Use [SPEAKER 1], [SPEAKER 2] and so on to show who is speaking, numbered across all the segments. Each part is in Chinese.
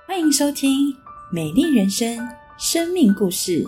[SPEAKER 1] 欢迎收听《美丽人生》生命故事。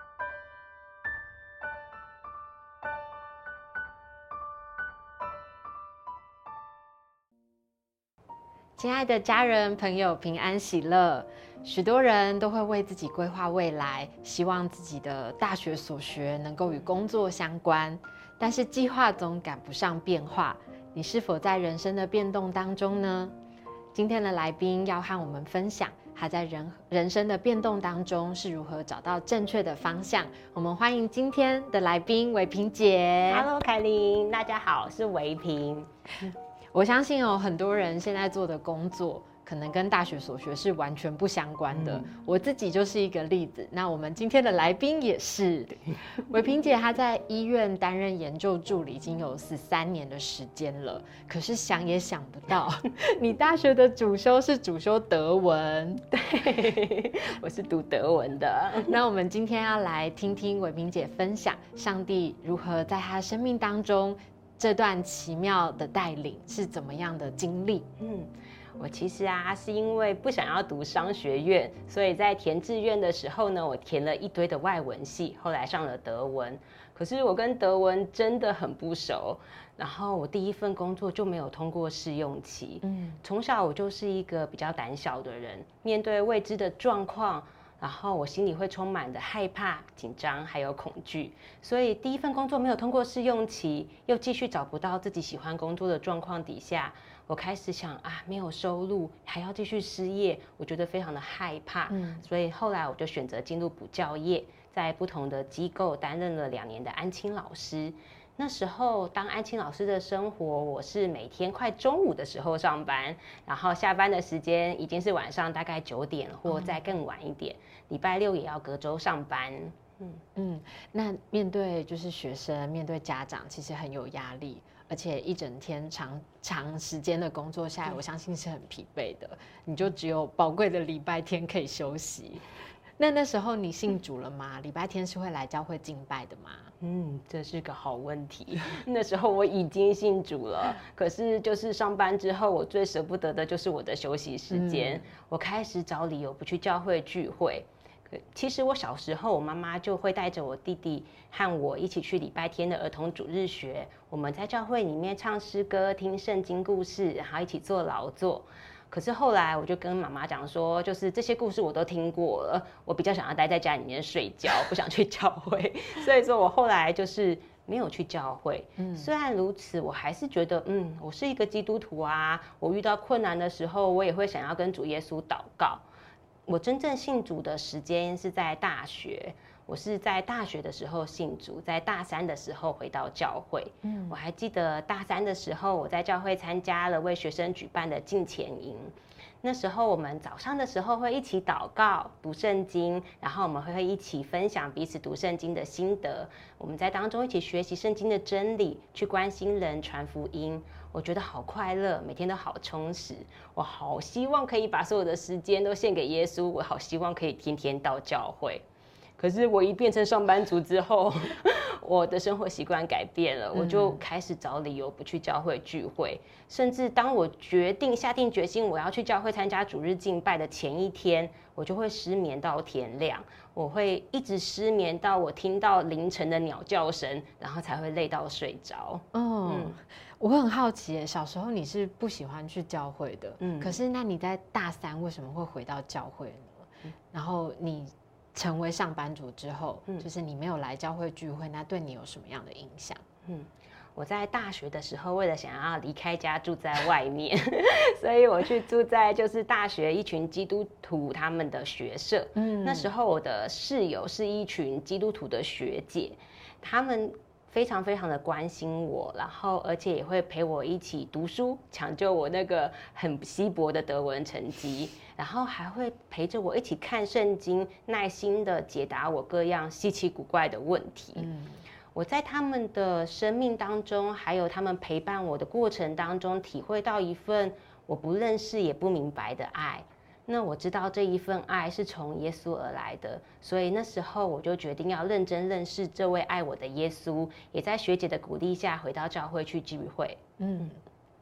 [SPEAKER 2] 亲爱的家人朋友，平安喜乐。许多人都会为自己规划未来，希望自己的大学所学能够与工作相关，但是计划总赶不上变化。你是否在人生的变动当中呢？今天的来宾要和我们分享他在人生的变动当中是如何找到正确的方向。我们欢迎今天的来宾维萍姐。
[SPEAKER 3] Hello， 凯琳，大家好，是维萍。
[SPEAKER 2] 我相信很多人现在做的工作可能跟大学所学是完全不相关的，我自己就是一个例子。那我们今天的来宾也是维萍姐，她在医院担任研究助理已经有13年的时间了，可是想也想不到你大学的主修是主修德文。
[SPEAKER 3] 对，我是读德文的。
[SPEAKER 2] 那我们今天要来听听维萍姐分享上帝如何在她生命当中这段奇妙的带领是怎么样的经历。
[SPEAKER 3] 我其实是因为不想要读商学院，所以在填志愿的时候呢，我填了一堆的外文系，后来上了德文。可是我跟德文真的很不熟，然后我第一份工作就没有通过试用期。从小我就是一个比较胆小的人，面对未知的状况，然后我心里会充满的害怕、紧张还有恐惧，所以第一份工作没有通过试用期，又继续找不到自己喜欢工作的状况底下，我开始想没有收入，还要继续失业，我觉得非常的害怕。所以后来我就选择进入补教业，在不同的机构担任了2年的安亲老师。那时候当安亲老师的生活，我是每天快中午的时候上班，然后下班的时间已经是晚上大概9点或再更晚一点，礼拜6也要隔周上班。
[SPEAKER 2] 那面对就是学生，面对家长，其实很有压力，而且一整天长时间的工作下来，我相信是很疲惫的。你就只有宝贵的礼拜天可以休息。那时候你信主了吗？礼拜天是会来教会敬拜的吗？
[SPEAKER 3] 这是个好问题。那时候我已经信主了，可是就是上班之后，我最舍不得的就是我的休息时间。我开始找理由不去教会聚会。其实我小时候，我妈妈就会带着我弟弟和我一起去礼拜天的儿童主日学。我们在教会里面唱诗歌、听圣经故事，然后一起做劳作。可是后来我就跟妈妈讲说，就是这些故事我都听过了，我比较想要待在家里面睡觉，不想去教会。所以说我后来就是没有去教会。虽然如此，我还是觉得我是一个基督徒啊，我遇到困难的时候，我也会想要跟主耶稣祷告。我真正信主的时间是在大学，我是在大学的时候信主，在大3的时候回到教会。我还记得大3的时候，我在教会参加了为学生举办的敬前营。那时候我们早上的时候会一起祷告、读圣经，然后我们会一起分享彼此读圣经的心得。我们在当中一起学习圣经的真理，去关心人、传福音。我觉得好快乐，每天都好充实。我好希望可以把所有的时间都献给耶稣，我好希望可以天天到教会。可是我一变成上班族之后，我的生活习惯改变了，我就开始找理由不去教会聚会。甚至当我下定决心我要去教会参加主日敬拜的前一天，我就会失眠到天亮。我会一直失眠到我听到凌晨的鸟叫声，然后才会累到睡着。
[SPEAKER 2] 我很好奇，小时候你是不喜欢去教会的，可是那你在大3为什么会回到教会呢？然后你成为上班族之后，就是你没有来教会聚会，那对你有什么样的影响？
[SPEAKER 3] 我在大学的时候，为了想要离开家住在外面，所以我去住在就是大学一群基督徒他们的学舍。那时候我的室友是一群基督徒的学姐，他们非常非常的关心我，然后而且也会陪我一起读书，抢救我那个很稀薄的德文成绩，然后还会陪着我一起看圣经，耐心的解答我各样稀奇古怪的问题。我在他们的生命当中，还有他们陪伴我的过程当中，体会到一份我不认识也不明白的爱。那我知道这一份爱是从耶稣而来的，所以那时候我就决定要认真认识这位爱我的耶稣，也在学姐的鼓励下回到教会去聚会。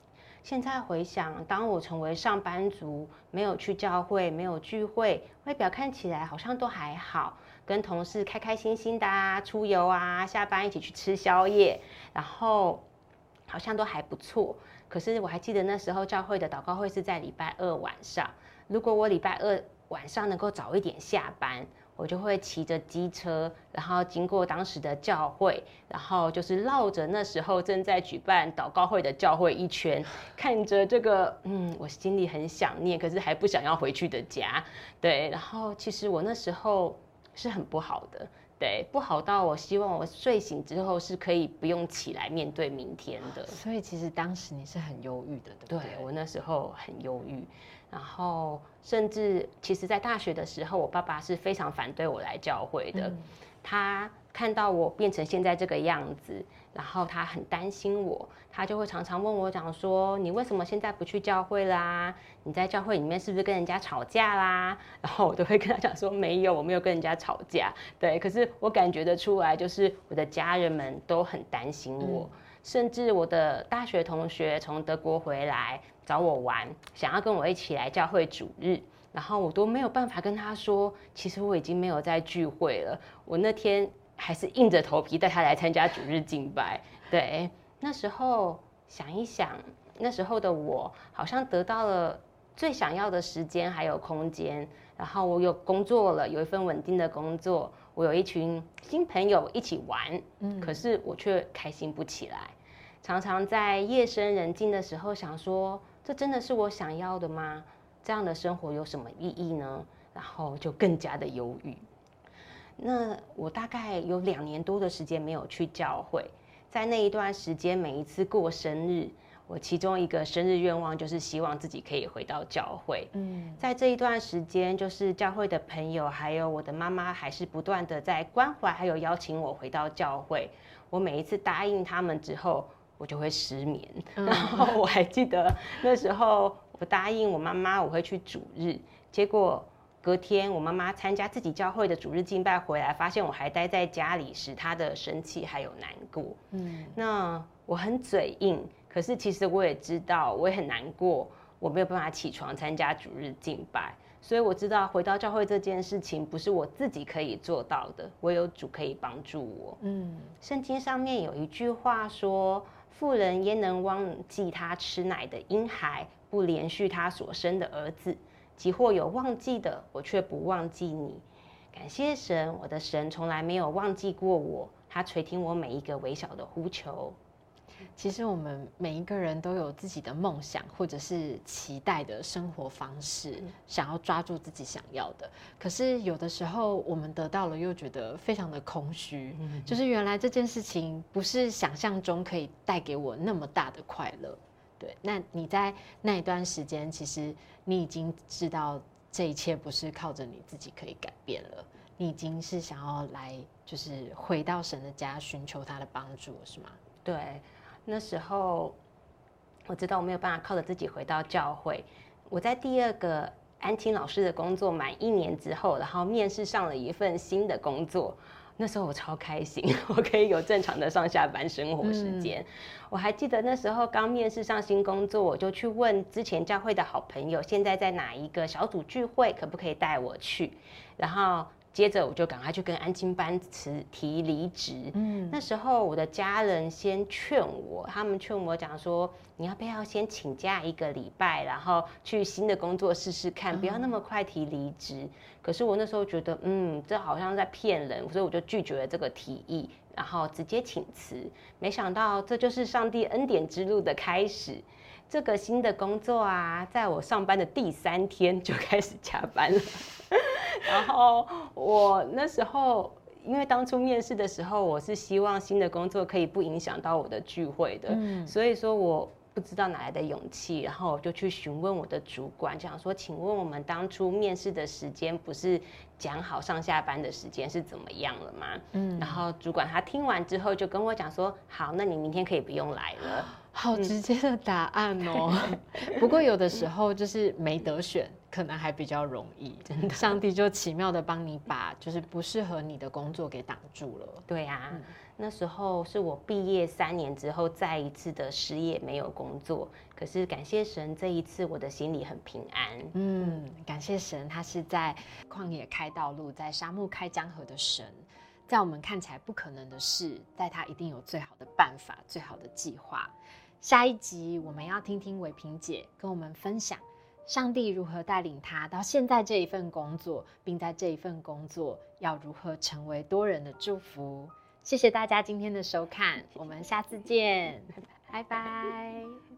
[SPEAKER 3] 现在回想，当我成为上班族，没有去教会，没有聚会，外表看起来好像都还好，跟同事开开心心的出游下班一起去吃宵夜，然后好像都还不错。可是我还记得那时候教会的祷告会是在礼拜二晚上，如果我礼拜二晚上能够早一点下班，我就会骑着机车，然后经过当时的教会，然后就是绕着那时候正在举办祷告会的教会一圈，看着这个我心里很想念，可是还不想要回去的家。对，然后其实我那时候是很不好的，对，不好到我希望我睡醒之后是可以不用起来面对明天的。
[SPEAKER 2] 所以其实当时你是很忧郁的，对不对？
[SPEAKER 3] 对，我那时候很忧郁。然后甚至其实在大学的时候，我爸爸是非常反对我来教会的。他看到我变成现在这个样子，然后他很担心我，他就会常常问我讲说，你为什么现在不去教会啦？你在教会里面是不是跟人家吵架啦？然后我都会跟他讲说，没有，我没有跟人家吵架。对，可是我感觉得出来，就是我的家人们都很担心我。甚至我的大学同学从德国回来找我玩，想要跟我一起来教会主日，然后我都没有办法跟他说，其实我已经没有在聚会了。我那天还是硬着头皮带他来参加主日敬拜。对，那时候想一想，那时候的我好像得到了最想要的时间还有空间，然后我有工作了，有一份稳定的工作，我有一群新朋友一起玩，可是我却开心不起来。常常在夜深人静的时候想说，这真的是我想要的吗？这样的生活有什么意义呢？然后就更加的忧郁。那我大概有2年多的时间没有去教会，在那一段时间，每一次过生日，我其中一个生日愿望就是希望自己可以回到教会。在这一段时间，就是教会的朋友还有我的妈妈还是不断的在关怀，还有邀请我回到教会。我每一次答应他们之后，我就会失眠。然后我还记得那时候我答应我妈妈我会去主日，结果隔天我妈妈参加自己教会的主日敬拜回来，发现我还待在家里，使她的生气还有难过。那我很嘴硬，可是其实我也知道我也很难过，我没有办法起床参加主日敬拜，所以我知道回到教会这件事情不是我自己可以做到的，唯有主可以帮助我。圣经上面有一句话说，妇人焉能忘记她吃奶的婴孩，不连续她所生的儿子？即或有忘记的，我却不忘记你。感谢神，我的神从来没有忘记过我，他垂听我每一个微小的呼求。
[SPEAKER 2] 其实我们每一个人都有自己的梦想或者是期待的生活方式，想要抓住自己想要的。可是有的时候我们得到了又觉得非常的空虚，就是原来这件事情不是想象中可以带给我那么大的快乐。对，那你在那一段时间，其实你已经知道这一切不是靠着你自己可以改变了，你已经是想要来就是回到神的家寻求他的帮助了，是吗？
[SPEAKER 3] 对，那时候我知道我没有办法靠着自己回到教会。我在第2个安亲老师的工作满1年之后，然后面试上了一份新的工作。那时候我超开心，我可以有正常的上下班生活时间。我还记得那时候刚面试上新工作，我就去问之前教会的好朋友，现在在哪一个小组聚会，可不可以带我去？然后接着我就赶快去跟安亲班提离职。那时候我的家人先劝我，他们劝我讲说，你要不要先请假1个礼拜，然后去新的工作试试看，不要那么快提离职。可是我那时候觉得，这好像在骗人，所以我就拒绝了这个提议，然后直接请辞。没想到这就是上帝恩典之路的开始。这个新的工作啊，在我上班的第3天就开始加班了。然后我那时候，因为当初面试的时候，我是希望新的工作可以不影响到我的聚会的，所以说我不知道哪来的勇气，然后我就去询问我的主管，讲说，请问我们当初面试的时间不是讲好上下班的时间是怎么样了吗？然后主管他听完之后就跟我讲说，好，那你明天可以不用来了。
[SPEAKER 2] 好直接的答案哦。不过有的时候就是没得选，可能还比较容易。真的，上帝就奇妙的帮你把就是不适合你的工作给挡住了。
[SPEAKER 3] 对啊，那时候是我毕业3年之后再一次的失业，没有工作。可是感谢神，这一次我的心里很平安。
[SPEAKER 2] 感谢神，他是在旷野开道路，在沙漠开江河的神。在我们看起来不可能的事，在他一定有最好的办法，最好的计划。下一集我们要听听伟萍姐跟我们分享上帝如何带领她到现在这一份工作，并在这一份工作要如何成为多人的祝福。谢谢大家今天的收看，我们下次见，拜拜。